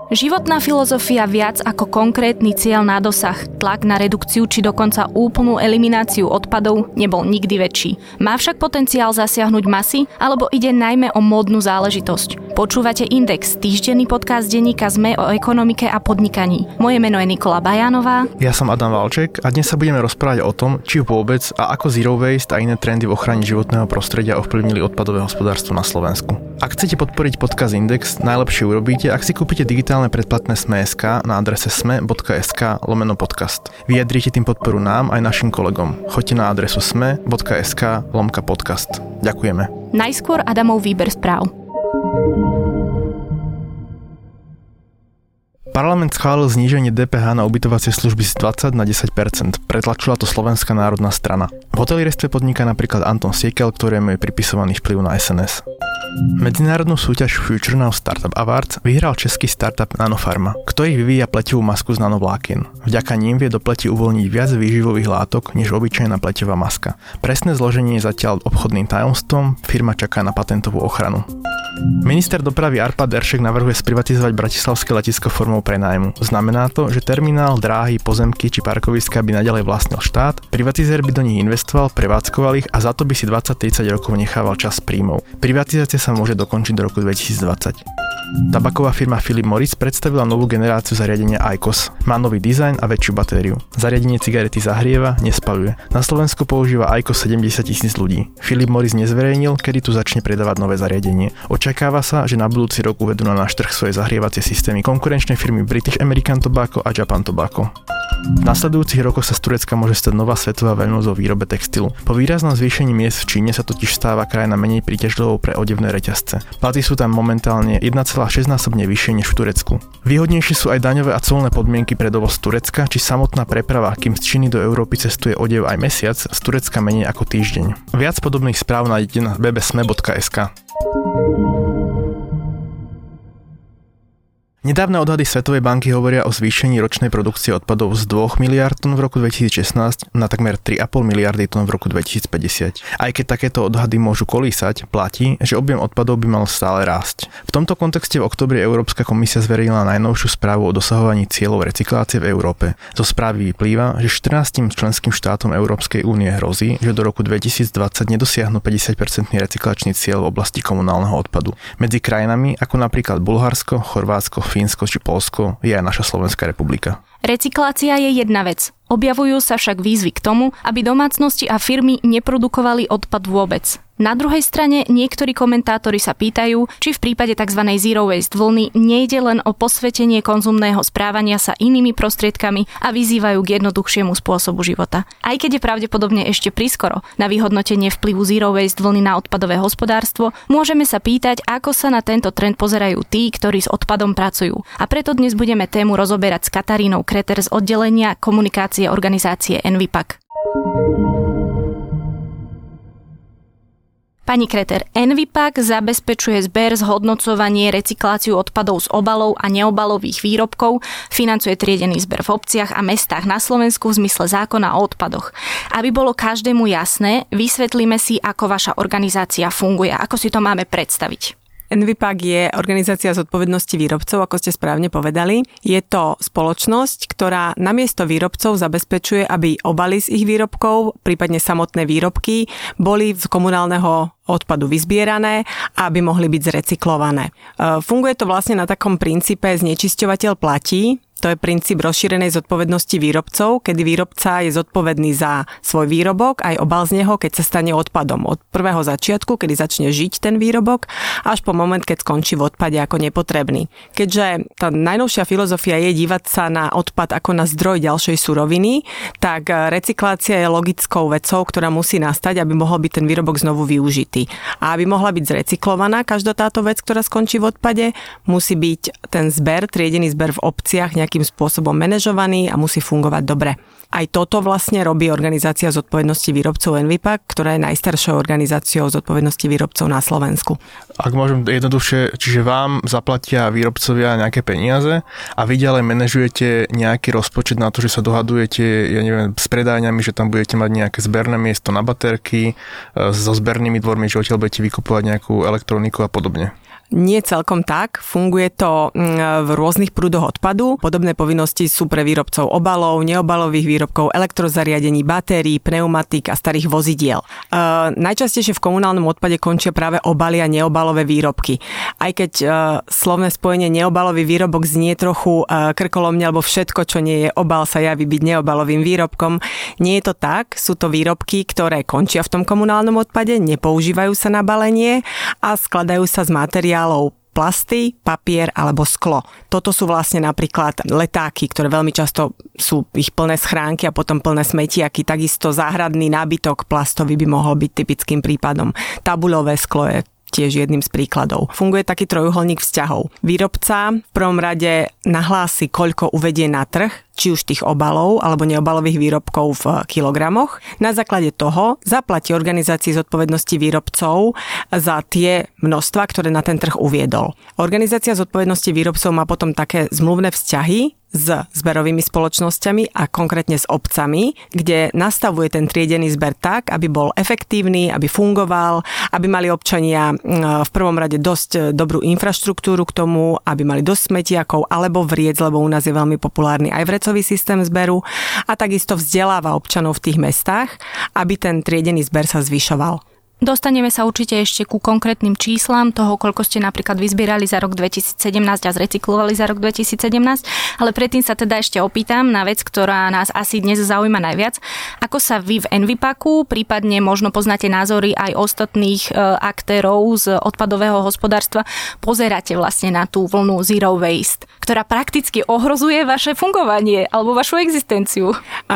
Životná filozofia viac ako konkrétny cieľ na dosah, tlak na redukciu či dokonca úplnú elimináciu odpadov nebol nikdy väčší. Má však potenciál zasiahnuť masy, alebo ide najmä o módnu záležitosť. Počúvate Index, týždenný podcast denníka SME o ekonomike a podnikaní. Moje meno je Nikola Bajánová. Ja som Adam Valček a dnes sa budeme rozprávať o tom, či vôbec a ako zero waste a iné trendy v ochrane životného prostredia ovplyvnili odpadové hospodárstvo na Slovensku. Ak chcete podporiť podcast Index, najlepšie urobíte, ak si kúpite digitálne predplatné SME.sk na adrese sme.sk/podcast. Vyjadrite tým podporu nám aj našim kolegom. Choďte na adresu sme.sk/podcast. Ďakujeme. Najskôr Adamov výber správ. Parlament schválil zníženie DPH na ubytovacie služby z 20 na 10%. Pretlačila to Slovenská národná strana. V hotelierstve podniká napríklad Anton Siekel, ktorému je pripisovaný vplyv na SNS. Medzinárodnú súťaž Future Now Startup Awards vyhral český startup Nanofarma, ktorý vyvíja pleťovú masku z nanovlákien. Vďaka ním vie do pleti uvoľniť viac výživových látok než obyčajná pleťová maska. Presné zloženie je zatiaľ obchodným tajomstvom, firma čaká na patentovú ochranu. Minister dopravy Arpad Eršek navrhuje sprivatizovať bratislavské letisko formou prenájmu. Znamená to, že terminál, dráhy, pozemky či parkoviská by naďalej vlastnil štát, privatizér by do nich investoval, prevádzkoval ich a za to by si 20-30 rokov nechával čas príjmov. Privatizácia sa môže dokončiť do roku 2020. Tabaková firma Philip Morris predstavila novú generáciu zariadenia IQOS. Má nový dizajn a väčšiu batériu. Zariadenie cigarety zahrieva, nespaluje. Na Slovensku používa IQOS 70 000 ľudí. Philip Morris nezverejnil, kedy tu začne predávať nové zariadenie. Očakáva sa, že na budúci rok uvedú na náš trh svoje zahrievacie systémy konkurenčné firmy British American Tobacco a Japan Tobacco. V nasledujúcich rokoch sa z Turecka môže stať nová svetová veľmoc vo výrobe textilu. Po výraznom zvýšení miest v Číne sa totiž stáva krajina menej príťažlivou pre odevné reťazce. Platy sú tam momentálne 1,6-násobne vyššie než v Turecku. Výhodnejšie sú aj daňové a colné podmienky pre dovoz z Turecka, či samotná preprava, kým z Číny do Európy cestuje odev aj mesiac, z Turecka menej ako týždeň. Viac podobných správ nájdete na webe sme.sk. Nedávne odhady Svetovej banky hovoria o zvýšení ročnej produkcie odpadov z 2 miliárd tón v roku 2016 na takmer 3,5 miliardy tón v roku 2050. Aj keď takéto odhady môžu kolísať, platí, že objem odpadov by mal stále rásť. V tomto kontexte v októbri Európska komisia zverejnila najnovšiu správu o dosahovaní cieľov recyklácie v Európe. Zo správy vyplýva, že 14 členským štátom Európskej únie hrozí, že do roku 2020 nedosiahnu 50% recyklačný cieľ v oblasti komunálneho odpadu. Medzi krajinami ako napríklad Bulharsko, Chorvátsko, Fínsko či Poľsko je aj naša Slovenská republika. Recyklácia je jedna vec. Objavujú sa však výzvy k tomu, aby domácnosti a firmy neprodukovali odpad vôbec. Na druhej strane niektorí komentátori sa pýtajú, či v prípade tzv. Zero waste vlny nejde len o posvetenie konzumného správania sa inými prostriedkami a vyzývajú k jednoduchšiemu spôsobu života. Aj keď je pravdepodobne ešte priskoro na vyhodnotenie vplyvu zero waste vlny na odpadové hospodárstvo, môžeme sa pýtať, ako sa na tento trend pozerajú tí, ktorí s odpadom pracujú. A preto dnes budeme tému rozoberať s Katarínou Kreter z oddelenia komunikácie organizácie Envipak. Pani Kreter, Envipak zabezpečuje zber, zhodnocovanie, recykláciu odpadov z obalov a neobalových výrobkov, financuje triedený zber v obciach a mestách na Slovensku v zmysle zákona o odpadoch. Aby bolo každému jasné, vysvetlíme si, ako vaša organizácia funguje, ako si to máme predstaviť. Envipak je organizácia zodpovednosti výrobcov, ako ste správne povedali. Je to spoločnosť, ktorá namiesto výrobcov zabezpečuje, aby obaly z ich výrobkov, prípadne samotné výrobky, boli z komunálneho odpadu vyzbierané a aby mohli byť zrecyklované. Funguje to vlastne na takom princípe znečisťovateľ platí. To je princíp rozšírenej zodpovednosti výrobcov, kedy výrobca je zodpovedný za svoj výrobok, aj obal z neho, keď sa stane odpadom. Od prvého začiatku, kedy začne žiť ten výrobok, až po moment, keď skončí v odpade ako nepotrebný. Keďže tá najnovšia filozofia je dívať sa na odpad ako na zdroj ďalšej suroviny, tak recyklácia je logickou vecou, ktorá musí nastať, aby mohol byť ten výrobok znovu využitý. A aby mohla byť zrecyklovaná každá táto vec, ktorá skončí v odpade, musí byť ten zber, triedený zber v obciach nejakým spôsobom manažovaný a musí fungovať dobre. Aj toto vlastne robí organizácia zodpovednosti výrobcov Envipak, ktorá je najstaršou organizáciou zodpovednosti výrobcov na Slovensku. Ak môžem jednoduchšie, čiže vám zaplatia výrobcovia nejaké peniaze a vy ďalej manažujete nejaký rozpočet na to, že sa dohadujete, ja neviem, s predajňami, že tam budete mať nejaké zberné miesto na baterky, so zbernými dvormi, že odtiaľ budete vykupovať nejakú elektroniku a podobne. Nie celkom tak. Funguje to v rôznych prúdoch odpadu. Podobné povinnosti sú pre výrobcov obalov, neobalových výrobkov, elektrozariadení, batérií, pneumatík a starých vozidiel. Najčastejšie v komunálnom odpade končia práve obaly a neobalové výrobky. Aj keď slovné spojenie neobalový výrobok znie trochu krkolomne, alebo všetko, čo nie je obal, sa javí byť neobalovým výrobkom. Nie je to tak. Sú to výrobky, ktoré končia v tom komunálnom odpade, nepoužívajú sa na balenie a skladajú sa z materiálov plasty, papier alebo sklo. Toto sú vlastne napríklad letáky, ktoré veľmi často sú ich plné schránky a potom plné smetiaky. Takisto záhradný nábytok plastový by mohol byť typickým prípadom. Tabuľové sklo je tiež jedným z príkladov. Funguje taký trojuholník vzťahov. Výrobca v prvom rade nahlási, koľko uvedie na trh, či už tých obalov alebo neobalových výrobkov v kilogramoch. Na základe toho zaplatí organizácii zodpovednosti výrobcov za tie množstva, ktoré na ten trh uviedol. Organizácia zodpovednosti výrobcov má potom také zmluvné vzťahy s zberovými spoločnosťami a konkrétne s obcami, kde nastavuje ten triedený zber tak, aby bol efektívny, aby fungoval, aby mali občania v prvom rade dosť dobrú infraštruktúru k tomu, aby mali dosť smetiakov alebo vriec, lebo u nás je veľmi populárny aj vrecový systém zberu a takisto vzdeláva občanov v tých mestách, aby ten triedený zber sa zvyšoval. Dostaneme sa určite ešte ku konkrétnym číslam toho, koľko ste napríklad vyzbierali za rok 2017 a zrecyklovali za rok 2017, ale predtým sa teda ešte opýtam na vec, ktorá nás asi dnes zaujíma najviac. Ako sa vy v Envipaku, prípadne možno poznáte názory aj ostatných aktérov z odpadového hospodárstva, pozeráte vlastne na tú vlnu Zero Waste, ktorá prakticky ohrozuje vaše fungovanie alebo vašu existenciu?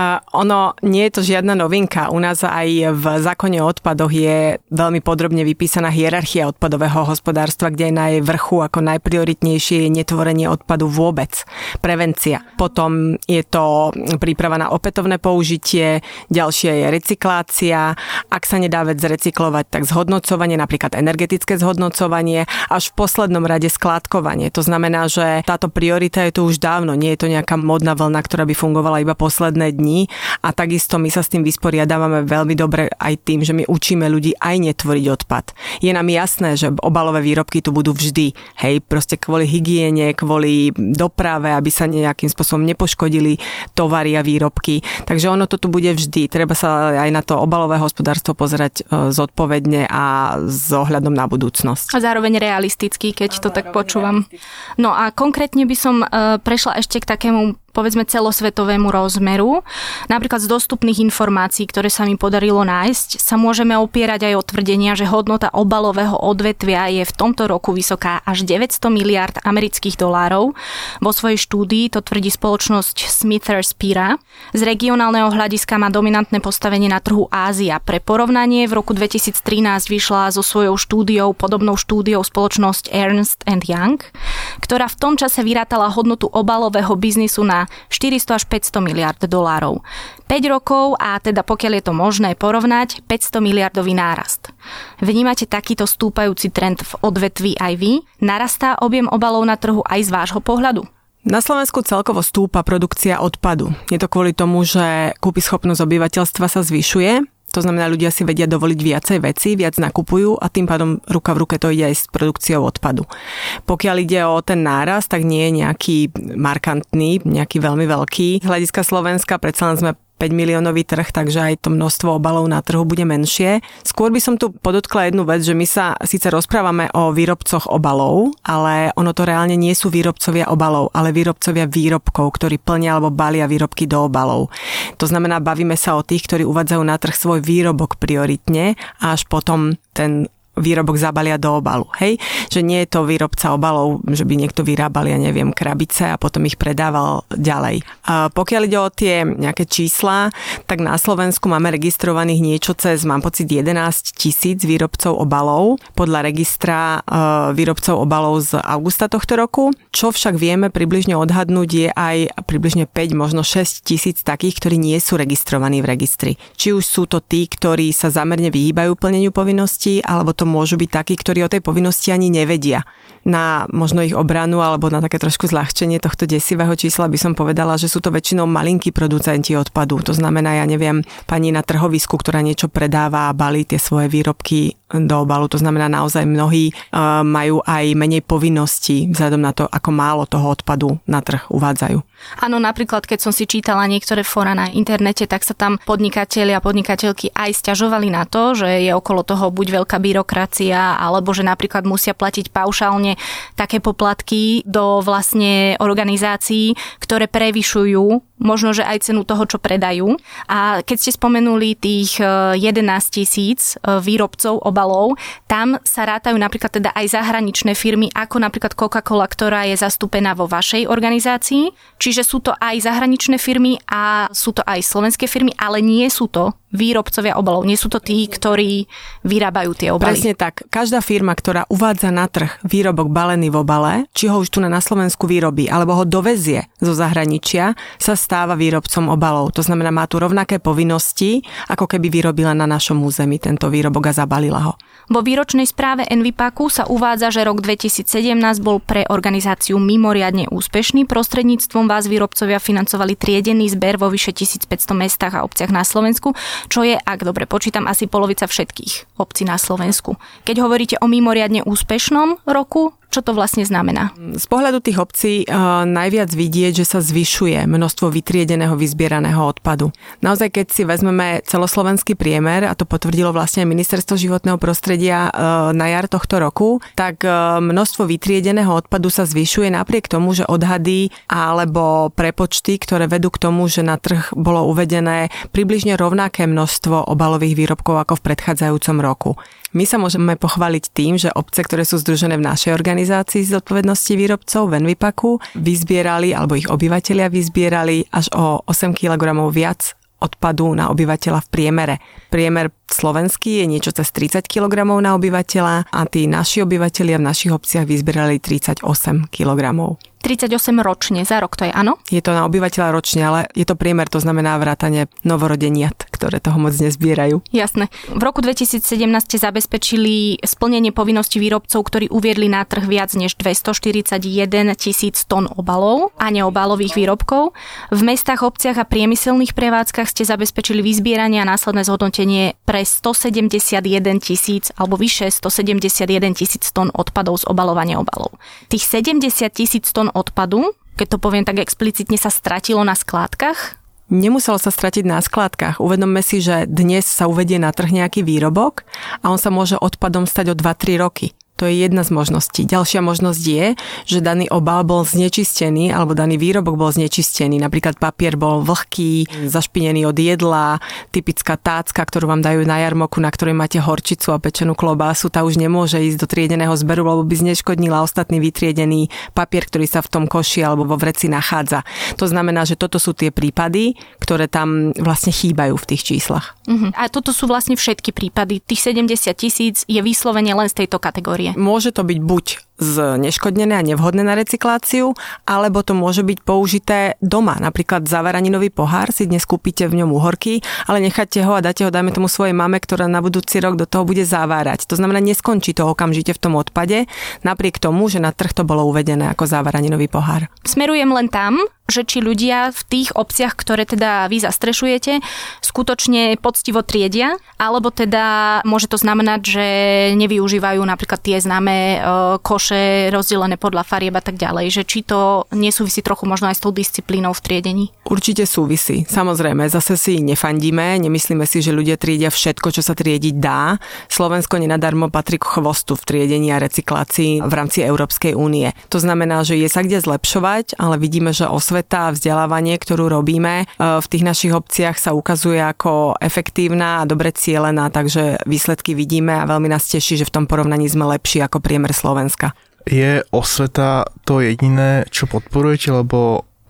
Ono nie je to žiadna novinka. U nás aj v zákone o odpadoch je veľmi podrobne vypísaná hierarchia odpadového hospodárstva, kde je na jej vrchu ako najprioritnejšie je netvorenie odpadu vôbec. Prevencia. Potom je to príprava na opätovné použitie, ďalšia je recyklácia. Ak sa nedá vec recyklovať, tak zhodnocovanie, napríklad energetické zhodnocovanie, až v poslednom rade skládkovanie. To znamená, že táto priorita je tu už dávno. Nie je to nejaká modná vlna, ktorá by fungovala iba posledné dni. A takisto my sa s tým vysporiadávame veľmi dobre aj tým, že my učíme ľudí aj netvoriť odpad. Je nám jasné, že obalové výrobky tu budú vždy. Hej, proste kvôli hygiene, kvôli doprave, aby sa nejakým spôsobom nepoškodili tovary a výrobky. Takže ono to tu bude vždy. Treba sa aj na to obalové hospodárstvo pozerať zodpovedne a s ohľadom na budúcnosť. A zároveň realisticky, keď to tak počúvam. No a konkrétne by som prešla ešte k takému povedzme celosvetovému rozmeru. Napríklad z dostupných informácií, ktoré sa mi podarilo nájsť, sa môžeme opierať aj o tvrdenia, že hodnota obalového odvetvia je v tomto roku vysoká až 900 miliárd amerických dolárov. Vo svojej štúdii to tvrdí spoločnosť Smithers Pira. Z regionálneho hľadiska má dominantné postavenie na trhu Ázia. Pre porovnanie v roku 2013 vyšla so svojou štúdiou, podobnou štúdiou spoločnosť Ernst & Young, ktorá v tom čase vyrátala hodnotu obalového biznisu na 400 až 500 miliárd dolárov. 5 rokov a teda pokiaľ je to možné porovnať, 500 miliardový nárast. Vnímate takýto stúpajúci trend v odvetví aj vy? Narastá objem obalov na trhu aj z vášho pohľadu? Na Slovensku celkovo stúpa produkcia odpadu. Je to kvôli tomu, že kúpyschopnosť obyvateľstva sa zvyšuje. To znamená, ľudia si vedia dovoliť viacej veci, viac nakupujú a tým pádom ruka v ruke to ide aj s produkciou odpadu. Pokiaľ ide o ten náraz, tak nie je nejaký markantný, nejaký veľmi veľký. Z hľadiska Slovenska predsa len sme 5 miliónový trh, takže aj to množstvo obalov na trhu bude menšie. Skôr by som tu podotkla jednu vec, že my sa síce rozprávame o výrobcoch obalov, ale ono to reálne nie sú výrobcovia obalov, ale výrobcovia výrobkov, ktorí plnia alebo balia výrobky do obalov. To znamená, bavíme sa o tých, ktorí uvádzajú na trh svoj výrobok prioritne a až potom ten výrobok zabalia do obalu, hej? Že nie je to výrobca obalov, že by niekto vyrábal, ja neviem, krabice a potom ich predával ďalej. A pokiaľ ide o tie nejaké čísla, tak na Slovensku máme registrovaných niečo cez, mám pocit, 11 000 výrobcov obalov, podľa registra výrobcov obalov z augusta tohto roku. Čo však vieme približne odhadnúť je aj približne 5, možno 6 000 takých, ktorí nie sú registrovaní v registri. Či už sú to tí, ktorí sa zámerne vyhýbajú plneniu povinností, alebo to môžu byť takí, ktorí o tej povinnosti ani nevedia. Na možno ich obranu alebo na také trošku zľahčenie tohto desivého čísla by som povedala, že sú to väčšinou malinkí producenti odpadu. To znamená, ja neviem, pani na trhovisku, ktorá niečo predáva a balí tie svoje výrobky do obalu. To znamená, naozaj mnohí majú aj menej povinností vzhľadom na to, ako málo toho odpadu na trh uvádzajú. Áno, napríklad, keď som si čítala niektoré fóra na internete, tak sa tam podnikatelia a podnikateľky aj sťažovali na to, že je okolo toho buď veľká byrokracia, alebo že napríklad musia platiť paušálne také poplatky do vlastne organizácií, ktoré prevyšujú možno, že aj cenu toho, čo predajú. A keď ste spomenuli tých 11 000 výrobcov obalov, tam sa rátajú napríklad teda aj zahraničné firmy, ako napríklad Coca-Cola, ktorá je zastúpená vo vašej organizácii. Čiže sú to aj zahraničné firmy a sú to aj slovenské firmy, ale nie sú to výrobcovia obalov. Nie sú to tí, ktorí vyrábajú tie obaly. Presne tak. Každá firma, ktorá uvádza na trh výrobok balený v obale, či ho už tu na Slovensku vyrobí, alebo ho dovezie zo zahraničia, sa stáva výrobcom obalov. To znamená, má tu rovnaké povinnosti, ako keby vyrobila na našom území tento výrobok a zabalila ho. Vo výročnej správe Envipaku sa uvádza, že rok 2017 bol pre organizáciu mimoriadne úspešný. Prostredníctvom vás výrobcovia financovali triedený zber vo vyše 1500 mestách a obciach na Slovensku, čo je, ak dobre počítam, asi polovica všetkých obcí na Slovensku. Keď hovoríte o mimoriadne úspešnom roku, čo to vlastne znamená? Z pohľadu tých obcí najviac vidieť, že sa zvyšuje množstvo vytriedeného, vyzbieraného odpadu. Naozaj, keď si vezmeme celoslovenský priemer, a to potvrdilo vlastne Ministerstvo životného prostredia na jar tohto roku, tak množstvo vytriedeného odpadu sa zvyšuje napriek tomu, že odhady alebo prepočty, ktoré vedú k tomu, že na trh bolo uvedené približne rovnaké množstvo obalových výrobkov ako v predchádzajúcom roku. My sa môžeme pochváliť tým, že obce, ktoré sú združené v našej organizácii zodpovednosti výrobcov v Envipaku, vyzbierali, alebo ich obyvatelia vyzbierali až o 8 kg viac odpadu na obyvateľa v priemere. Priemer slovenský je niečo cez 30 kg na obyvateľa a tí naši obyvatelia v našich obciach vyzbierali 38 kg. 38 ročne, za rok to je, áno? Je to na obyvateľa ročne, ale je to priemer, to znamená vrátane novorodeniat, ktoré toho moc nezbierajú. Jasné. V roku 2017 zabezpečili splnenie povinností výrobcov, ktorí uviedli na trh viac než 241 000 tón obalov a neobalových výrobkov. V mestách, obciach a priemyselných prevádzkach ste zabezpečili vyzbieranie a následné zhodnotenie pre 171 000 alebo vyše 171 000 tón odpadov z obalovania obalov. Tých 70 000 tón odpadu, keď to poviem tak explicitne, sa stratilo na skládkach? Nemuselo sa stratiť na skládkach. Uvedomme si, že dnes sa uvedie na trh nejaký výrobok a on sa môže odpadom stať o 2-3 roky. To je jedna z možností. Ďalšia možnosť je, že daný obal bol znečistený alebo daný výrobok bol znečistený. Napríklad papier bol vlhký, zašpinený od jedla, typická tácka, ktorú vám dajú na jarmoku, na ktorej máte horčicu a pečenú klobásu, tá už nemôže ísť do triedeného zberu, lebo by zneškodnila ostatný vytriedený papier, ktorý sa v tom koši alebo vo vreci nachádza. To znamená, že toto sú tie prípady, ktoré tam vlastne chýbajú v tých číslach. A toto sú vlastne všetky prípady. Tých 70 000 je vyslovene len z tejto kategórie. Môže to byť buď zneškodnené a nevhodné na recykláciu, alebo to môže byť použité doma. Napríklad zavaraninový pohár si dnes kúpite v ňom uhorky, ale necháte ho a dáte ho, dajme tomu svojej mame, ktorá na budúci rok do toho bude zavárať. To znamená, neskončí to okamžite v tom odpade, napriek tomu, že na trh to bolo uvedené ako zavaraninový pohár. Smerujem len tam, že či ľudia v tých obciach, ktoré teda vy zastrešujete, skutočne poctivo triedia, alebo teda môže to znamenať, že nevyužívajú napríklad tie známe koše rozdelené podľa farieb a tak ďalej, že či to nesúvisí trochu možno aj s tou disciplínou v triedení? Určite súvisí. Samozrejme, zase si nefandíme, nemyslíme si, že ľudia triedia všetko, čo sa triediť dá. Slovensko nenadarmo patrí k chvostu v triedení a recyklácii v rámci Európskej únie. To znamená, že je sa kde zlepšovať, ale vidíme, že osveta a vzdelávanie, ktorú robíme v tých našich obciach, sa ukazuje ako efektívna a dobre cielená, takže výsledky vidíme a veľmi nás teší, že v tom porovnaní sme lepší ako priemer Slovenska. Je osveta to jediné, čo podporujete, lebo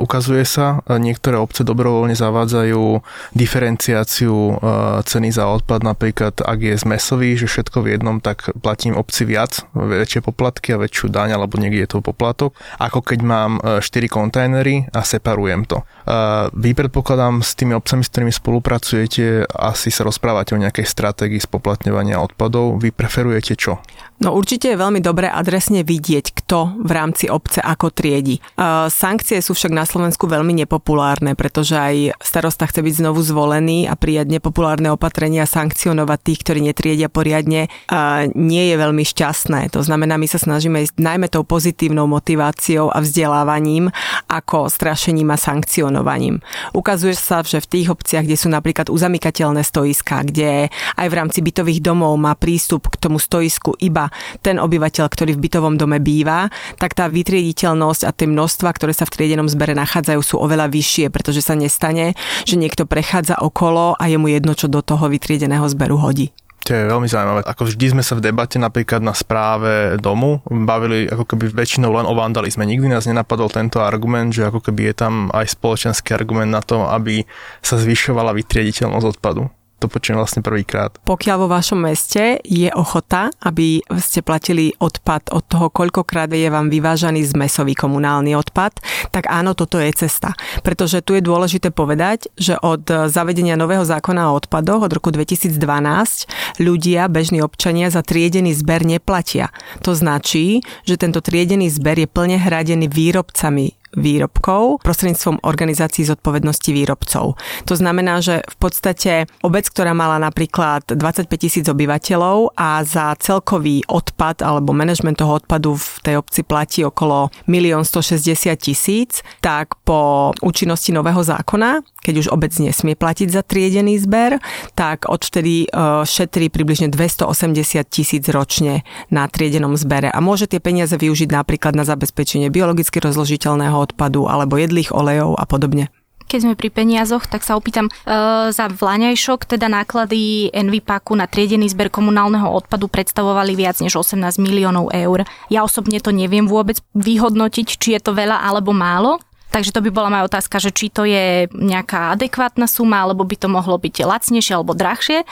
ukazuje sa, niektoré obce dobrovoľne zavádzajú diferenciáciu ceny za odpad, napríklad ak je zmesový, že všetko v jednom, tak platím obci viac, väčšie poplatky a väčšiu daň, alebo niekde je to poplatok, ako keď mám 4 kontajnery a separujem to. Vy predpokladám s tými obcami, s ktorými spolupracujete, asi sa rozprávate o nejakej stratégii spoplatňovania odpadov. Vy preferujete čo? No určite je veľmi dobré adresne vidieť, kto v rámci obce ako triedi. Sankcie sú však na Slovensku veľmi nepopulárne, pretože aj starosta chce byť znovu zvolený a prijať nepopulárne opatrenia, sankcionovať tých, ktorí netriedia poriadne, nie je veľmi šťastné. To znamená, my sa snažíme ísť najmä tou pozitívnou motiváciou a vzdelávaním ako strašením a sankcionovaním. Ukazuje sa, že v tých obciach, kde sú napríklad uzamykateľné stojiská, kde aj v rámci bytových domov má prístup k tomu stojisku iba ten obyvateľ, ktorý v bytovom dome býva, tak tá vytriediteľnosť a tie množstva, ktoré sa v triedenom zbere nachádzajú, sú oveľa vyššie, pretože sa nestane, že niekto prechádza okolo a je mu jedno, čo do toho vytriedeného zberu hodí. To je veľmi zaujímavé. Ako vždy sme sa v debate napríklad na správe domu bavili ako keby väčšinou len o vandalizme. Nikdy nás nenapadol tento argument, že ako keby je tam aj spoločenský argument na to, aby sa zvyšovala vytriediteľnosť odpadu. To počujem vlastne prvýkrát. Pokiaľ vo vašom meste je ochota, aby ste platili odpad od toho, koľkokrát je vám vyvážaný zmesový komunálny odpad, tak áno, toto je cesta. Pretože tu je dôležité povedať, že od zavedenia nového zákona o odpadoch od roku 2012 ľudia, bežní občania za triedený zber neplatia. To značí, že tento triedený zber je plne hradený výrobcami výrobkov prostredníctvom organizácií zodpovednosti výrobcov. To znamená, že v podstate obec, ktorá mala napríklad 25 000 obyvateľov a za celkový odpad alebo manažment toho odpadu v tej obci platí okolo 1 160 000, tak po účinnosti nového zákona, keď už obec nesmie platiť za triedený zber, tak odvtedy šetrí približne 280 000 ročne na triedenom zbere a môže tie peniaze využiť napríklad na zabezpečenie biologicky rozložiteľného odpadu alebo jedlých olejov a podobne. Keď sme pri peniazoch, tak sa opýtam, za vlaňajšok teda náklady Envipaku na triedený zber komunálneho odpadu predstavovali viac než 18 miliónov eur. Ja osobne to neviem vôbec vyhodnotiť, či je to veľa alebo málo. Takže to by bola moja otázka, že či to je nejaká adekvátna suma, alebo by to mohlo byť lacnejšie alebo drahšie.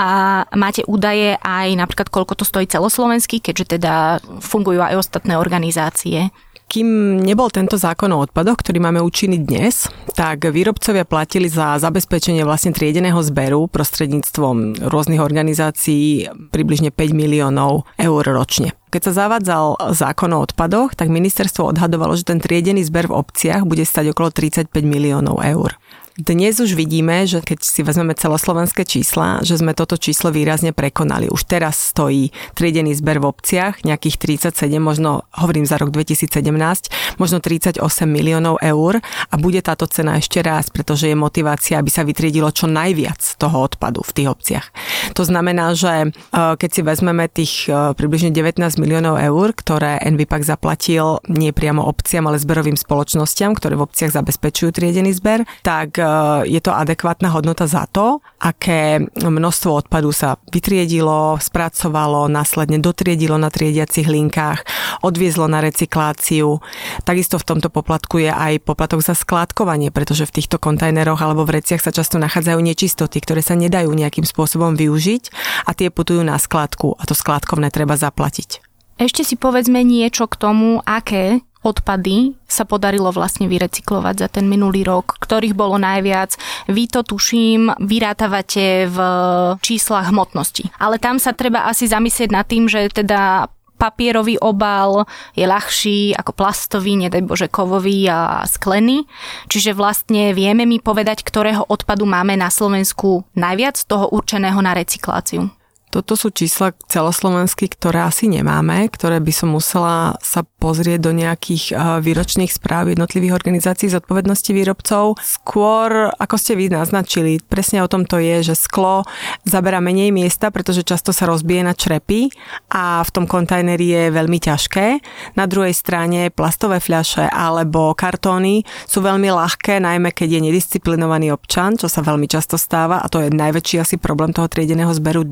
A máte údaje aj napríklad, koľko to stojí celoslovenský, keďže teda fungujú aj ostatné organizácie. Kým nebol tento zákon o odpadoch, ktorý máme účinný dnes, tak výrobcovia platili za zabezpečenie vlastne triedeného zberu prostredníctvom rôznych organizácií približne 5 miliónov eur ročne. Keď sa zavádzal zákon o odpadoch, tak ministerstvo odhadovalo, že ten triedený zber v obciach bude stať okolo 35 miliónov eur. Dnes už vidíme, že keď si vezmeme celoslovenské čísla, že sme toto číslo výrazne prekonali. Už teraz stojí triedený zber v obciach nejakých 37, možno hovorím za rok 2017, možno 38 miliónov eur a bude táto cena ešte rásť, pretože je motivácia, aby sa vytriedilo čo najviac toho odpadu v tých obciach. To znamená, že keď si vezmeme tých približne 19 miliónov eur, ktoré Envipak zaplatil nie priamo obciam, ale zberovým spoločnostiam, ktoré v obciach zabezpečujú triedený zber, tak je to adekvátna hodnota za to, aké množstvo odpadu sa vytriedilo, spracovalo, následne dotriedilo na triediacich linkách, odviezlo na recykláciu. Takisto v tomto poplatku je aj poplatok za skládkovanie, pretože v týchto kontajneroch alebo v reciach sa často nachádzajú nečistoty, ktoré sa nedajú nejakým spôsobom využiť a tie putujú na skládku a to skládkovné treba zaplatiť. Ešte si povedzme niečo k tomu, aké odpady sa podarilo vlastne vyrecyklovať za ten minulý rok, ktorých bolo najviac. Vy to, tuším, vyrátavate v číslach hmotnosti. Ale tam sa treba asi zamyslieť nad tým, že teda papierový obal je ľahší ako plastový, nedaj Bože kovový a sklený. Čiže vlastne vieme mi povedať, ktorého odpadu máme na Slovensku najviac, toho určeného na recykláciu. Toto sú čísla celoslovenské, ktoré asi nemáme, ktoré by som musela sa pozrieť do nejakých výročných správ jednotlivých organizácií zodpovednosti výrobcov. Skôr, ako ste vy naznačili, presne o tom to je, že sklo zaberá menej miesta, pretože často sa rozbije na črepy a v tom kontajneri je veľmi ťažké. Na druhej strane plastové fľaše alebo kartóny sú veľmi ľahké, najmä keď je nedisciplinovaný občan, čo sa veľmi často stáva a to je najväčší asi problém toho triedeného zberu dnes.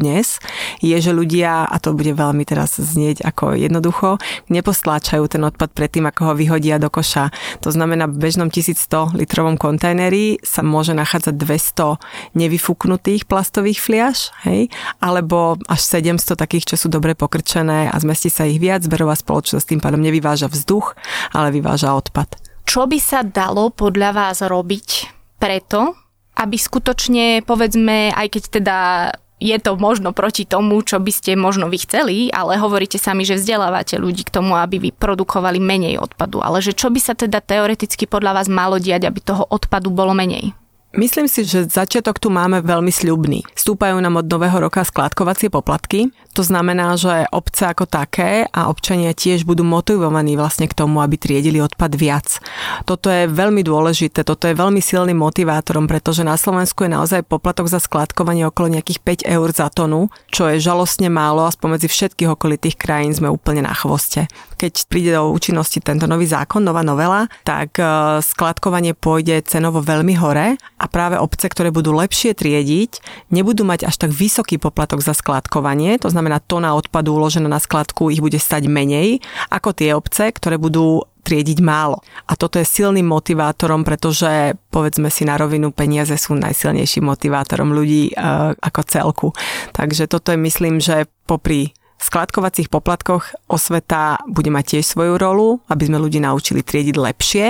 je, že ľudia, a to bude veľmi teraz znieť ako jednoducho, nepostláčajú ten odpad predtým, ako ho vyhodia do koša. To znamená, v bežnom 1100 litrovom kontajneri sa môže nachádzať 200 nevyfúknutých plastových fliaš, hej, alebo až 700 takých, čo sú dobre pokrčené a zmestí sa ich viac, zberová spoločnosť tým pádom nevyváža vzduch, ale vyváža odpad. Čo by sa dalo podľa vás robiť preto, aby skutočne, povedzme, aj keď teda je to možno proti tomu, čo by ste možno vy chceli, ale hovoríte sami, že vzdelávate ľudí k tomu, aby vyprodukovali menej odpadu, ale že čo by sa teda teoreticky podľa vás malo diať, aby toho odpadu bolo menej? Myslím si, že začiatok tu máme veľmi sľubný. Stúpajú nám od nového roka skládkovacie poplatky. To znamená, že obce ako také a občania tiež budú motivovaní vlastne k tomu, aby triedili odpad viac. Toto je veľmi dôležité, toto je veľmi silným motivátorom, pretože na Slovensku je naozaj poplatok za skládkovanie okolo nejakých 5 eur za tonu, čo je žalostne málo a spomedzi všetkých okolitých krajín sme úplne na chvoste. Keď príde do účinnosti tento nový zákon, nová novela, tak skládkovanie pôjde cenovo veľmi hore. A práve obce, ktoré budú lepšie triediť, nebudú mať až tak vysoký poplatok za skládkovanie, to znamená tona odpadu uložená na skladku ich bude stať menej ako tie obce, ktoré budú triediť málo. A toto je silným motivátorom, pretože povedzme si na rovinu, peniaze sú najsilnejším motivátorom ľudí ako celku. Takže toto je, myslím, že popri skladkovacích poplatkoch osveta bude mať tiež svoju rolu, aby sme ľudí naučili triediť lepšie,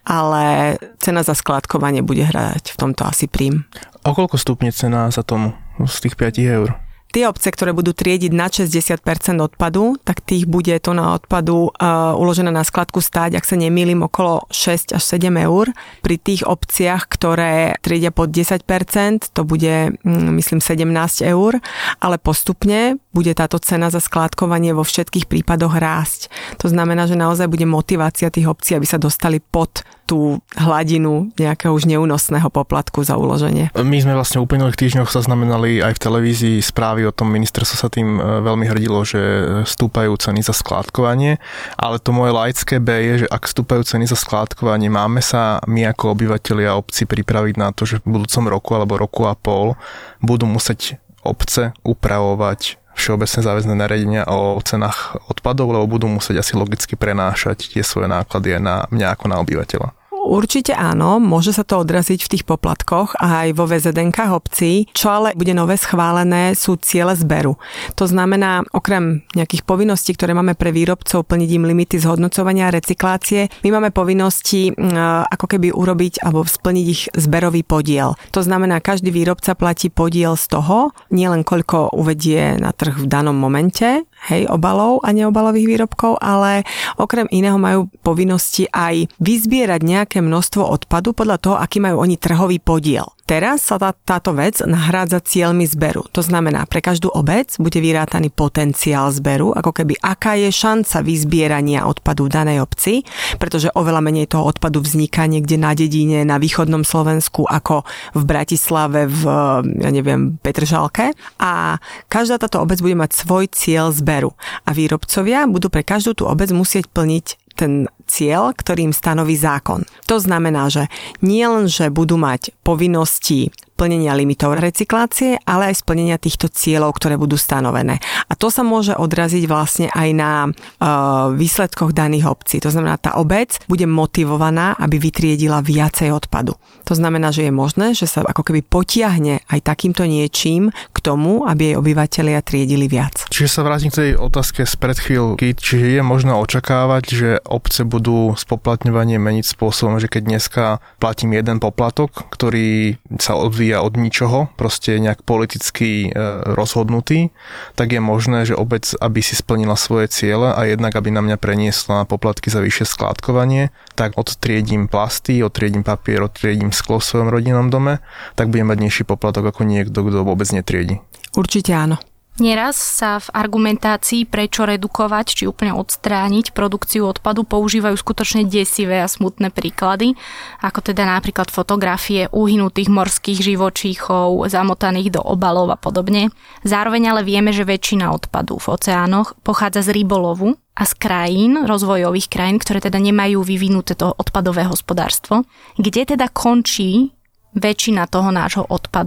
ale cena za skladkovanie bude hrať v tomto asi prím. O koľko stupne cena za tomu z tých 5 eur? Tie obce, ktoré budú triediť na 60% odpadu, tak tých bude tona odpadu uložená na skladku stáť, ak sa nemýlim, okolo 6 až 7 eur. Pri tých obciach, ktoré triedia pod 10%, to bude, myslím, 17 eur, ale postupne bude táto cena za skládkovanie vo všetkých prípadoch rásť. To znamená, že naozaj bude motivácia tých obcí, aby sa dostali pod tú hladinu nejakého už neúnosného poplatku za uloženie. My sme vlastne v uplynulých týždňoch zaznamenali aj v televízii správy o tom, ministerstvo sa tým veľmi hrdilo, že stúpajú ceny za skládkovanie, ale to moje laické B je, že ak stúpajú ceny za skládkovanie, máme sa my ako obyvatelia obci pripraviť na to, že v budúcom roku alebo roku a pol budú musieť obce upravovať všeobecné záväzné nariadenia o cenách odpadov, lebo budú musieť asi logicky prenášať tie svoje náklady aj na mňa ako na obyvateľa. Určite áno, môže sa to odraziť v tých poplatkoch aj vo VZN-kách obcí, čo ale bude nové schválené sú ciele zberu. To znamená, okrem nejakých povinností, ktoré máme pre výrobcov, plniť im limity zhodnocovania a recyklácie, my máme povinnosti ako keby urobiť alebo splniť ich zberový podiel. To znamená, každý výrobca platí podiel z toho, nielen koľko uvedie na trh v danom momente, hej, obalov a neobalových výrobkov, ale okrem iného majú povinnosti aj vyzbierať nejaké množstvo odpadu podľa toho, aký majú oni trhový podiel. Teraz sa táto vec nahrádza cieľmi zberu. To znamená, pre každú obec bude vyrátaný potenciál zberu, ako keby aká je šanca vyzbierania odpadu v danej obci, pretože oveľa menej toho odpadu vzniká niekde na dedine, na východnom Slovensku, ako v Bratislave, v, Petržalke. A každá táto obec bude mať svoj cieľ zberu. A výrobcovia budú pre každú tú obec musieť plniť ten cieľ, ktorým stanoví zákon. To znamená, že nie len, že budú mať povinnosti plnenia limitov recyklácie, ale aj splnenia týchto cieľov, ktoré budú stanovené. A to sa môže odraziť vlastne aj na výsledkoch daných obcí. To znamená, tá obec bude motivovaná, aby vytriedila viacej odpadu. To znamená, že je možné, že sa ako keby potiahne aj takýmto niečím k tomu, aby jej obyvatelia triedili viac. Čiže sa vrátim k tej otázke spred chvíľky, čiže je možné očakávať, že obce budú spoplatňovanie meniť spôsobom, že keď dneska platím jeden poplatok, ktorý sa odvíja od ničoho, proste nejak politicky rozhodnutý, tak je možné, že obec, aby si splnila svoje ciele a jednak, aby na mňa preniesla poplatky za vyššie skládkovanie, tak odtriedím plasty, odtriedím papier, odtriedím sklo v svojom rodinnom dome, tak budem mať nižší poplatok ako niekto, kto vôbec netriedi. Určite áno. Nieraz sa v argumentácii, prečo redukovať či úplne odstrániť produkciu odpadu, používajú skutočne desivé a smutné príklady, ako teda napríklad fotografie uhynutých morských živočíchov, zamotaných do obalov a podobne. Zároveň ale vieme, že väčšina odpadu v oceánoch pochádza z rybolovu a z krajín, rozvojových krajín, ktoré teda nemajú vyvinuté to odpadové hospodárstvo, kde teda končí väčšina toho nášho odpadu a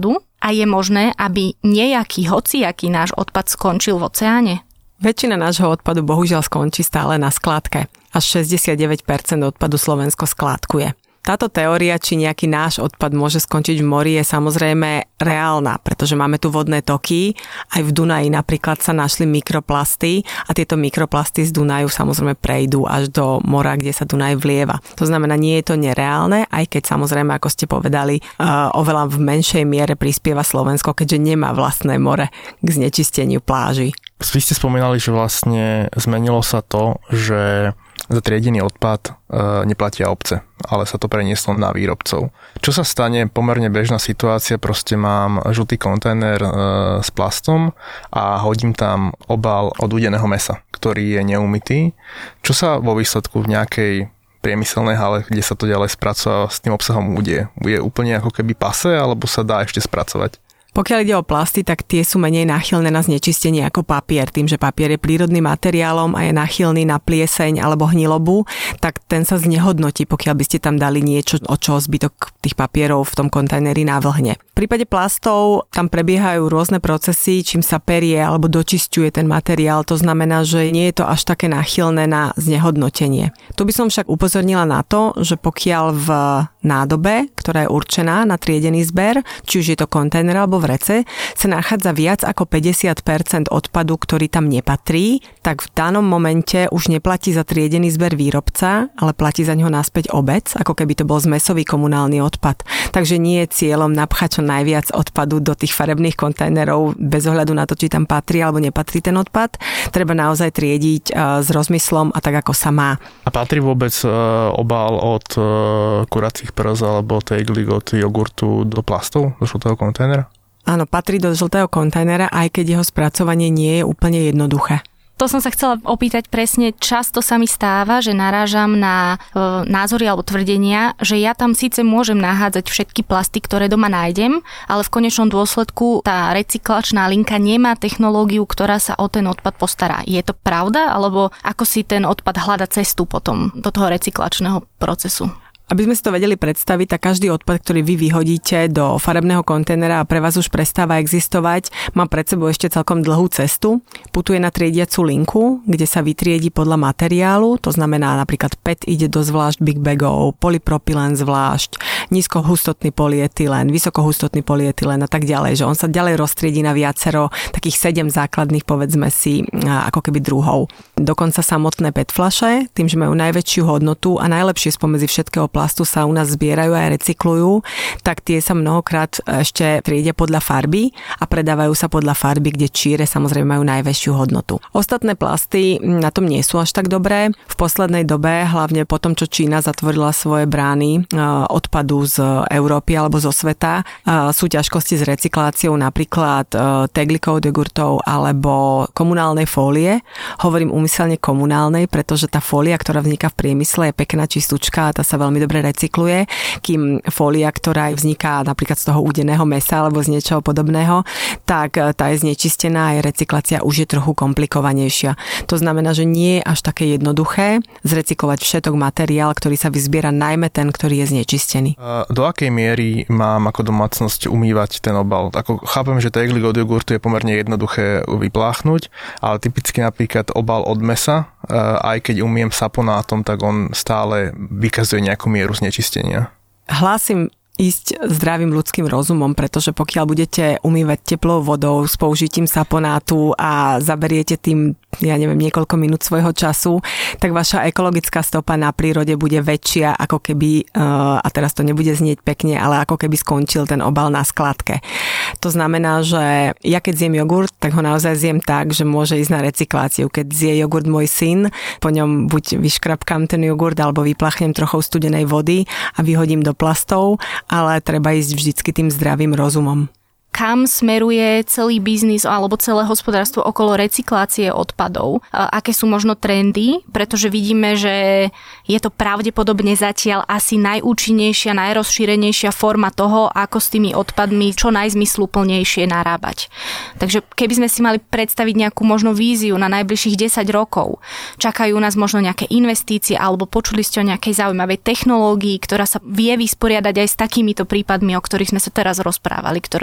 A je možné, aby nejaký hociaký náš odpad skončil v oceáne? Väčšina nášho odpadu bohužiaľ skončí stále na skládke. Až 69% odpadu Slovensko skládkuje. Táto teória, či nejaký náš odpad môže skončiť v mori, je samozrejme reálna, pretože máme tu vodné toky. Aj v Dunaji napríklad sa našli mikroplasty a tieto mikroplasty z Dunaju samozrejme prejdú až do mora, kde sa Dunaj vlieva. To znamená, nie je to nereálne, aj keď samozrejme, ako ste povedali, oveľa v menšej miere prispieva Slovensko, keďže nemá vlastné more k znečisteniu pláží. Vy ste spomínali, že vlastne zmenilo sa to, že za triedený odpad neplatia obce, ale sa to prenieslo na výrobcov. Čo sa stane, pomerne bežná situácia, proste mám žltý kontajner s plastom a hodím tam obal od udeného mäsa, ktorý je neumytý. Čo sa vo výsledku v nejakej priemyselnej hale, kde sa to ďalej spracová, s tým obsahom udeje? Je úplne ako keby pase, alebo sa dá ešte spracovať? Pokiaľ ide o plasty, tak tie sú menej náchylné na znečistenie ako papier. Tým, že papier je prírodným materiálom a je náchylný na plieseň alebo hnilobu, tak ten sa znehodnotí, pokiaľ by ste tam dali niečo, od čoho zbytok tých papierov v tom kontajneri návlhne. V prípade plastov tam prebiehajú rôzne procesy, čím sa perie alebo dočisťuje ten materiál. To znamená, že nie je to až také náchylné na znehodnotenie. Tu by som však upozornila na to, že pokiaľ v nádobe, ktorá je určená na triedený zber, či už je to kontajner alebo vrece, sa nachádza viac ako 50% odpadu, ktorý tam nepatrí, tak v danom momente už neplatí za triedený zber výrobca, ale platí za ňo naspäť obec, ako keby to bol zmesový komunálny odpad. Takže nie je cieľom napchať čo najviac odpadu do tých farebných kontajnerov bez ohľadu na to, či tam patrí alebo nepatrí ten odpad. Treba naozaj triediť s rozmyslom a tak, ako sa má. A patrí vôbec obal od kuracích prs alebo teglik od jogurtu do plastov, do žltého kontajnera? Áno, patrí do žltého kontajnera, aj keď jeho spracovanie nie je úplne jednoduché. To som sa chcela opýtať presne. Často sa mi stáva, že narážam na názory alebo tvrdenia, že ja tam síce môžem nahádzať všetky plasty, ktoré doma nájdem, ale v konečnom dôsledku tá recyklačná linka nemá technológiu, ktorá sa o ten odpad postará. Je to pravda? Alebo ako si ten odpad hľada cestu potom do toho recyklačného procesu? Aby sme si to vedeli predstaviť, tak každý odpad, ktorý vy vyhodíte do farebného kontajnera a pre vás už prestáva existovať, má pred sebou ešte celkom dlhú cestu. Putuje na triediacu linku, kde sa vytriedi podľa materiálu, to znamená napríklad PET ide do zvlášť big bagov, polypropylen zvlášť, nízkohustotný polyetylen, vysokohustotný polyetylen a tak ďalej, že on sa ďalej roztriedí na viacero takých 7 základných, povedzme si, ako keby druhov. Dokonca samotné PET fľaše, tým, že majú najväčšiu hodnotu a najlepšie spomedzi všetkého plastu sa u nás zbierajú a recyklujú, tak tie sa mnohokrát ešte triedia podľa farby a predávajú sa podľa farby, kde číre samozrejme majú najväčšiu hodnotu. Ostatné plasty na tom nie sú až tak dobré. V poslednej dobe, hlavne po tom, čo Čína zatvorila svoje brány odpadu z Európy alebo zo sveta, sú ťažkosti s recykláciou napríklad teglikov, jogurtov alebo komunálnej fólie. Hovorím úmyselne komunálnej, pretože tá fólia, ktorá vzniká v priemysle, je pekná, čistúčka a tá sa veľmi dobre recykluje, kým fólia, ktorá vzniká napríklad z toho údeného mäsa alebo z niečoho podobného, tak tá je znečistená a jej recyklácia už je trochu komplikovanejšia. To znamená, že nie je až také jednoduché zrecyklovať všetok materiál, ktorý sa vyzbiera, najmä ten, ktorý je znečistený. Do akej miery mám ako domácnosť umývať ten obal? Ako chápem, že teglik od jogurtu je pomerne jednoduché vypláchnuť, ale typicky napríklad obal od mäsa, aj keď umiem saponátom, tak on stále vykazuje nejakú mieru znečistenia. Hlásim ísť zdravým ľudským rozumom, pretože pokiaľ budete umývať teplou vodou s použitím saponátu a zaberiete tým, niekoľko minút svojho času, tak vaša ekologická stopa na prírode bude väčšia, ako keby, a teraz to nebude znieť pekne, ale ako keby skončil ten obal na skladke. To znamená, že ja keď zjem jogurt, tak ho naozaj zjem tak, že môže ísť na recykláciu. Keď zje jogurt môj syn, po ňom buď vyškrapkám ten jogurt, alebo vyplachnem trochou studenej vody a vyhodím do plastov, ale treba ísť vždycky tým zdravým rozumom. Kam smeruje celý biznis alebo celé hospodárstvo okolo recyklácie odpadov? Aké sú možno trendy? Pretože vidíme, že je to pravdepodobne zatiaľ asi najúčinnejšia, najrozšírenejšia forma toho, ako s tými odpadmi čo najzmysluplnejšie narábať. Takže keby sme si mali predstaviť nejakú možno víziu na najbližších 10 rokov, čakajú nás možno nejaké investície alebo počuli ste o nejakej zaujímavej technológii, ktorá sa vie vysporiadať aj s takýmito prípadmi, o ktorých sme sa teraz rozprávali, ktoré sú možno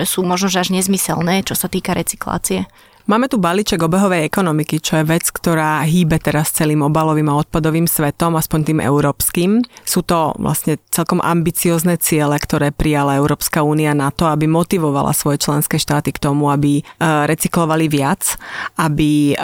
možno že až nezmyselné, čo sa týka recyklácie. Máme tu balíček obehovej ekonomiky, čo je vec, ktorá hýbe teraz celým obalovým a odpadovým svetom, aspoň tým európskym. Sú to vlastne celkom ambiciozne ciele, ktoré prijala Európska únia na to, aby motivovala svoje členské štáty k tomu, aby recyklovali viac, aby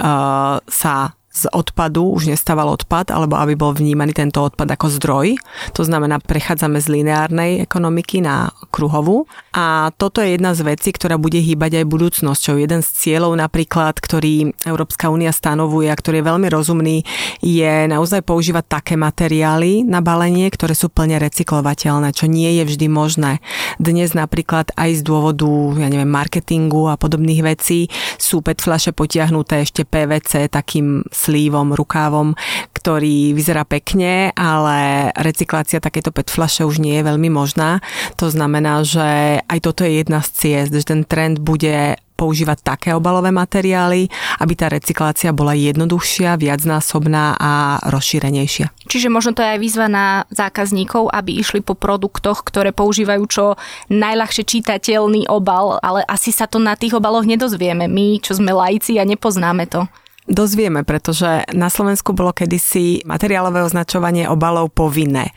sa z odpadu už nestával odpad, alebo aby bol vnímaný tento odpad ako zdroj. To znamená, prechádzame z lineárnej ekonomiky na kruhovú. A toto je jedna z vecí, ktorá bude hýbať aj budúcnosťou. Jeden z cieľov napríklad, ktorý Európska únia stanovuje a ktorý je veľmi rozumný, je naozaj používať také materiály na balenie, ktoré sú plne recyklovateľné, čo nie je vždy možné. Dnes napríklad aj z dôvodu, marketingu a podobných vecí sú PET fľaše potiahnuté ešte PVC takým slívom, rukávom, ktorý vyzerá pekne, ale recyklácia takéto PET fľaše už nie je veľmi možná. To znamená, že aj toto je jedna z ciest, že ten trend bude používať také obalové materiály, aby tá recyklácia bola jednoduchšia, viacnásobná a rozšírenejšia. Čiže možno to je aj výzva na zákazníkov, aby išli po produktoch, ktoré používajú čo najľahšie čitateľný obal, ale asi sa to na tých obaloch nedozvieme. My, čo sme laici a nepoznáme to. Dozvieme, pretože na Slovensku bolo kedysi materiálové označovanie obalov povinné.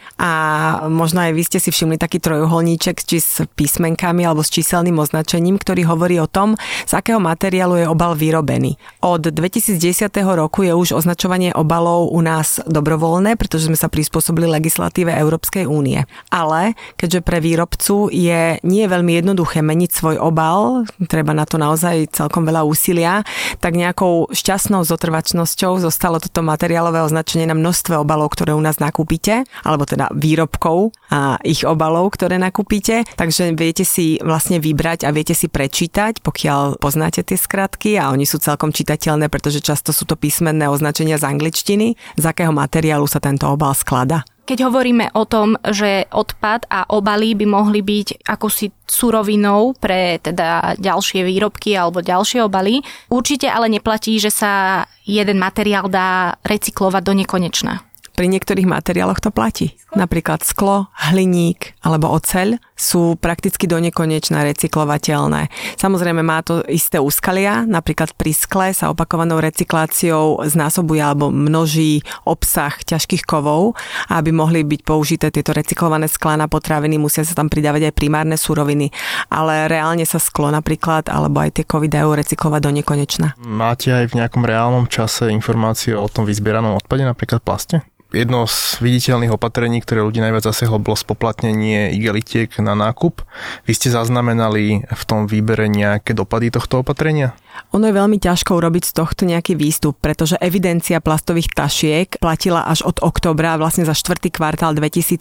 A možno aj vy ste si všimli taký trojuholníček či s písmenkami alebo s číselným označením, ktorý hovorí o tom, z akého materiálu je obal vyrobený. Od 2010. roku je už označovanie obalov u nás dobrovoľné, pretože sme sa prispôsobili legislatíve Európskej únie. Ale keďže pre výrobcu je nie veľmi jednoduché meniť svoj obal, treba na to naozaj celkom veľa úsilia, tak nejakou šťastnou zotrvačnosťou zostalo toto materiálové označenie na množstve obalov, ktoré u nás nakúpite, alebo teda výrobkov a ich obalov, ktoré nakúpite. Takže viete si vlastne vybrať a viete si prečítať, pokiaľ poznáte tie skratky a oni sú celkom čitateľné, pretože často sú to písmenné označenia z angličtiny, z akého materiálu sa tento obal skladá. Keď hovoríme o tom, že odpad a obaly by mohli byť akousi surovinou pre teda ďalšie výrobky alebo ďalšie obaly, určite ale neplatí, že sa jeden materiál dá recyklovať do nekonečna. Pri niektorých materiáloch to platí. Napríklad sklo, hliník alebo oceľ sú prakticky do nekonečna recyklovateľné. Samozrejme má to isté úskalia, napríklad pri skle sa opakovanou recykláciou znásobuje alebo množí obsah ťažkých kovov a aby mohli byť použité tieto recyklované sklá na potraviny, musia sa tam pridávať aj primárne suroviny. Ale reálne sa sklo napríklad alebo aj tie kovy dajú recyklovať do nekonečna. Máte aj v nejakom reálnom čase informácie o tom vyzbieranom odpade, napríklad plaste? Jedno z viditeľných opatrení, ktoré ľudí najviac zasiahlo, bolo spoplatnenie igelitiek na nákup. Vy ste zaznamenali v tom výbere nejaké dopady tohto opatrenia? Ono je veľmi ťažko urobiť z tohto nejaký výstup, pretože evidencia plastových tašiek platila až od októbra, vlastne za 4. kvartál 2017.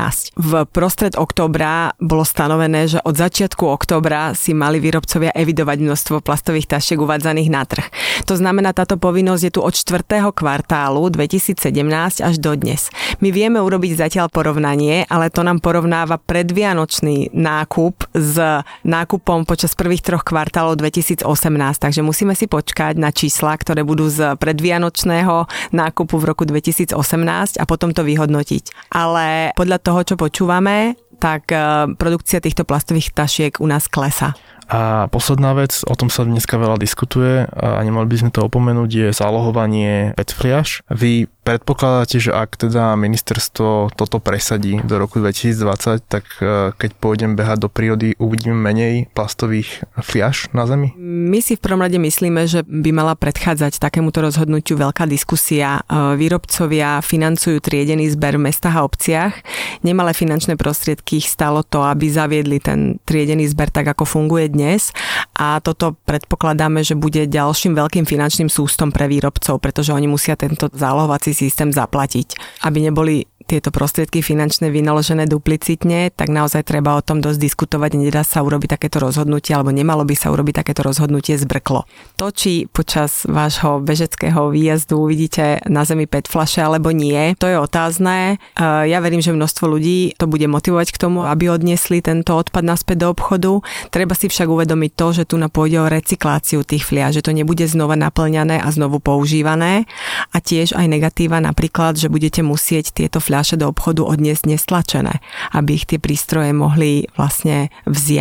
V prostred októbra bolo stanovené, že od začiatku októbra si mali výrobcovia evidovať množstvo plastových tašiek uvádzaných na trh. To znamená, táto povinnosť je tu od 4. kvartálu 2017 až do dnes. My vieme urobiť zatiaľ porovnanie, ale to nám porovnáva predvianočný nákup s nákupom počas prvých 3 kvartálov 2018. Takže musíme si počkať na čísla, ktoré budú z predvianočného nákupu v roku 2018 a potom to vyhodnotiť. Ale podľa toho, čo počúvame, tak produkcia týchto plastových tašiek u nás klesá. A posledná vec, o tom sa dneska veľa diskutuje a nemali by sme to opomenúť, je zálohovanie PET fliaš. Vy predpokladáte, že ak teda ministerstvo toto presadí do roku 2020, tak keď pôjdem behať do prírody, uvidíme menej plastových fliaš na Zemi? My si v prvom rade myslíme, že by mala predchádzať takémuto rozhodnutiu veľká diskusia. Výrobcovia financujú triedený zber v mestách a obciach. Nemalé finančné prostriedky ich stalo to, aby zaviedli ten triedený zber tak, ako funguje dnes. A toto predpokladáme, že bude ďalším veľkým finančným sústom pre výrobcov, pretože oni musia tento zálohovací systém zaplatiť. Aby neboli tieto prostriedky finančné vynaložené duplicitne, tak naozaj treba o tom dosť diskutovať. Nedá sa urobiť takéto rozhodnutie, alebo nemalo by sa urobiť takéto rozhodnutie zbrklo. To, či počas vášho bežeckého výjazdu uvidíte na Zemi PET fľaše alebo nie, to je otázne. Ja verím, že množstvo ľudí to bude motivovať k tomu, aby odniesli tento odpad naspäť do obchodu. Treba si však uvedomiť to, že tu pôjde o recykláciu tých fliaš, že to nebude znova naplňané a znovu používané. A tiež aj negatíva napríklad, že budete musieť tieto fľaše do obchodu odniesť nestlačené, aby ich tie prístroje mohli vlastne vziať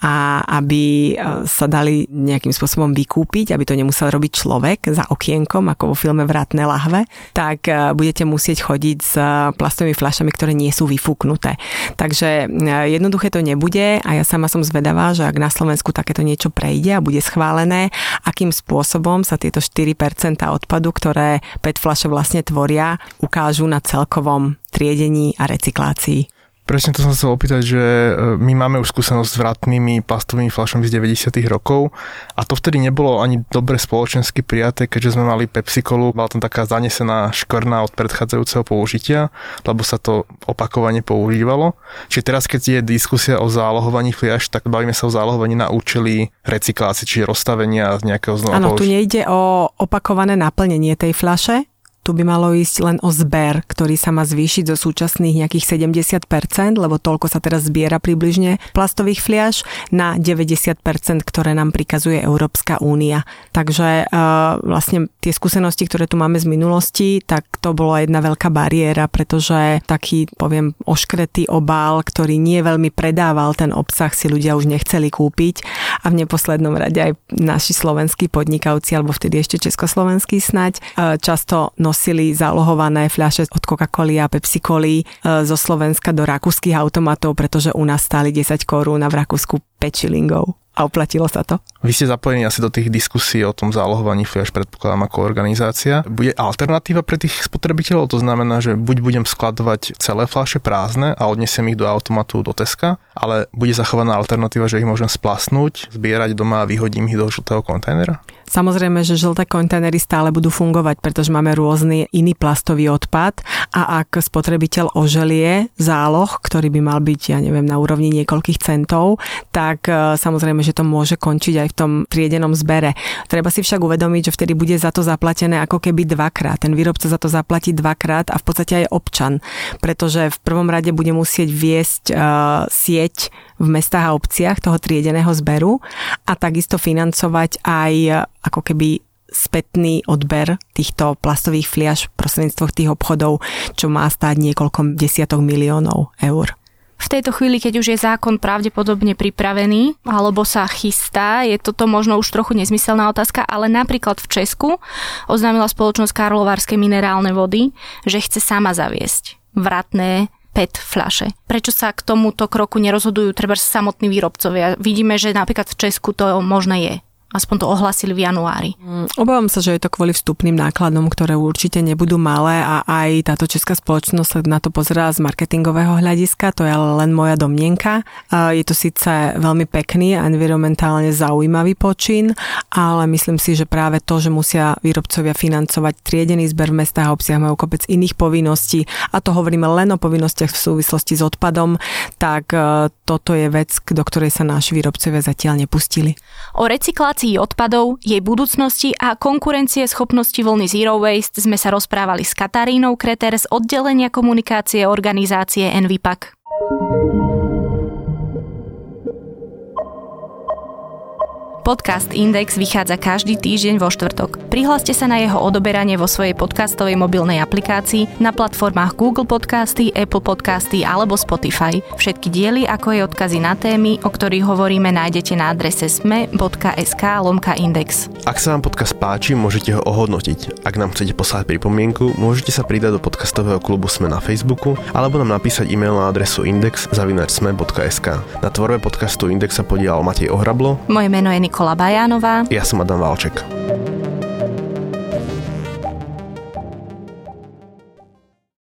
a aby sa dali nejakým spôsobom vykúpiť, aby to nemusel robiť človek za okienkom, ako vo filme Vratné lahve, tak budete musieť chodiť s plastovými fľašami, ktoré nie sú vyfúknuté. Takže jednoduché to nebude a ja sama som zvedavá, že ak na Slovensku takéto niečo prejde a bude schválené, akým spôsobom sa tieto 4% odpadu, ktoré PET fľaše vlastne tvoria, ukážu na celkovom triedení a recyklácii. Presne to som chcel opýtať, že my máme už skúsenosť s vratnými plastovými fľašami z 90. rokov a to vtedy nebolo ani dobre spoločensky prijaté, keďže sme mali Pepsi-Colu, bola tam taká zanesená škvrna od predchádzajúceho použitia, lebo sa to opakovane používalo. Čiže teraz, keď je diskusia o zálohovaní fľaš, tak bavíme sa o zálohovaní na účely recyklácie, čiže rozstavenia z nejakého znova použitia. Áno, tu nejde o opakované naplnenie tej fľaše. Tu by malo ísť len o zber, ktorý sa má zvýšiť zo súčasných nejakých 70%, lebo toľko sa teraz zbiera približne plastových fliaš, na 90%, ktoré nám prikazuje Európska únia. Takže vlastne tie skúsenosti, ktoré tu máme z minulosti, tak to bola jedna veľká bariéra, pretože taký, poviem, oškretý obal, ktorý nie veľmi predával ten obsah, si ľudia už nechceli kúpiť a v neposlednom rade aj naši slovenskí podnikavci, alebo vtedy ešte československí snať, často nosili zálohované fľaše od Coca-Coly a Pepsi-Coly zo Slovenska do rakúskych automatov, pretože u nás stáli 10 korún a v Rakúsku 5 šilingov. A oplatilo sa to. Vy ste zapojení asi do tých diskusí o tom zálohovaní fľaš, predpokladám, ako organizácia. Bude alternatíva pre tých spotrebiteľov? To znamená, že buď budem skladovať celé fľaše prázdne a odnesiem ich do automatu do Teska, ale bude zachovaná alternatíva, že ich môžem splasnúť, zbierať doma a vyhodím ich do žltého kontajnera? Samozrejme, že žlté kontajnery stále budú fungovať, pretože máme rôzny iný plastový odpad a ak spotrebiteľ oželie záloh, ktorý by mal byť, ja neviem, na úrovni niekoľkých centov, tak samozrejme, že to môže končiť aj v tom triedenom zbere. Treba si však uvedomiť, že vtedy bude za to zaplatené ako keby dvakrát. Ten výrobca za to zaplatí dvakrát a v podstate aj občan, pretože v prvom rade bude musieť viesť sieť v mestách a obciach toho triedeného zberu a takisto financovať aj ako keby spätný odber týchto plastových fliaš prostredníctvom tých obchodov, čo má stáť niekoľko desiatok miliónov eur. V tejto chvíli, keď už je zákon pravdepodobne pripravený, alebo sa chystá, je toto možno už trochu nezmyselná otázka, ale napríklad v Česku oznámila spoločnosť Karlovarské minerálne vody, že chce sama zaviesť vratné PET fľaše. Prečo sa k tomuto kroku nerozhodujú treba samotní výrobcovia? Vidíme, že napríklad v Česku to možné je. Aspoň to ohlasili v januári. Obávam sa, že je to kvôli vstupným nákladom, ktoré určite nebudú malé a aj táto česká spoločnosť sa na to pozerá z marketingového hľadiska, to je len moja domnienka. Je to síce veľmi pekný a environmentálne zaujímavý počin, ale myslím si, že práve to, že musia výrobcovia financovať triedený zber v mestách a obciach, majú kopec iných povinností a to hovoríme len o povinnostiach v súvislosti s odpadom, tak toto je vec, do ktorej sa naši výrobcovia zatiaľ nepustili. O recyklácii odpadov, jej budúcnosti a konkurencie schopnosti vlny Zero Waste sme sa rozprávali s Katarínou Kreter z oddelenia komunikácie organizácie Envipak. Podcast Index vychádza každý týždeň vo štvrtok. Prihláste sa na jeho odoberanie vo svojej podcastovej mobilnej aplikácii na platformách Google Podcasty, Apple Podcasty alebo Spotify. Všetky diely, ako aj odkazy na témy, o ktorých hovoríme, nájdete na adrese sme.sk/index. Ak sa vám podcast páči, môžete ho ohodnotiť. Ak nám chcete poslať pripomienku, môžete sa pridať do podcastového klubu Sme na Facebooku alebo nám napísať e-mail na adresu index@sme.sk. Na tvorbe podcastu Index sa podielal Matej Ohrablo. Moje meno je Nikola Bajánová. Ja som Adam Valček.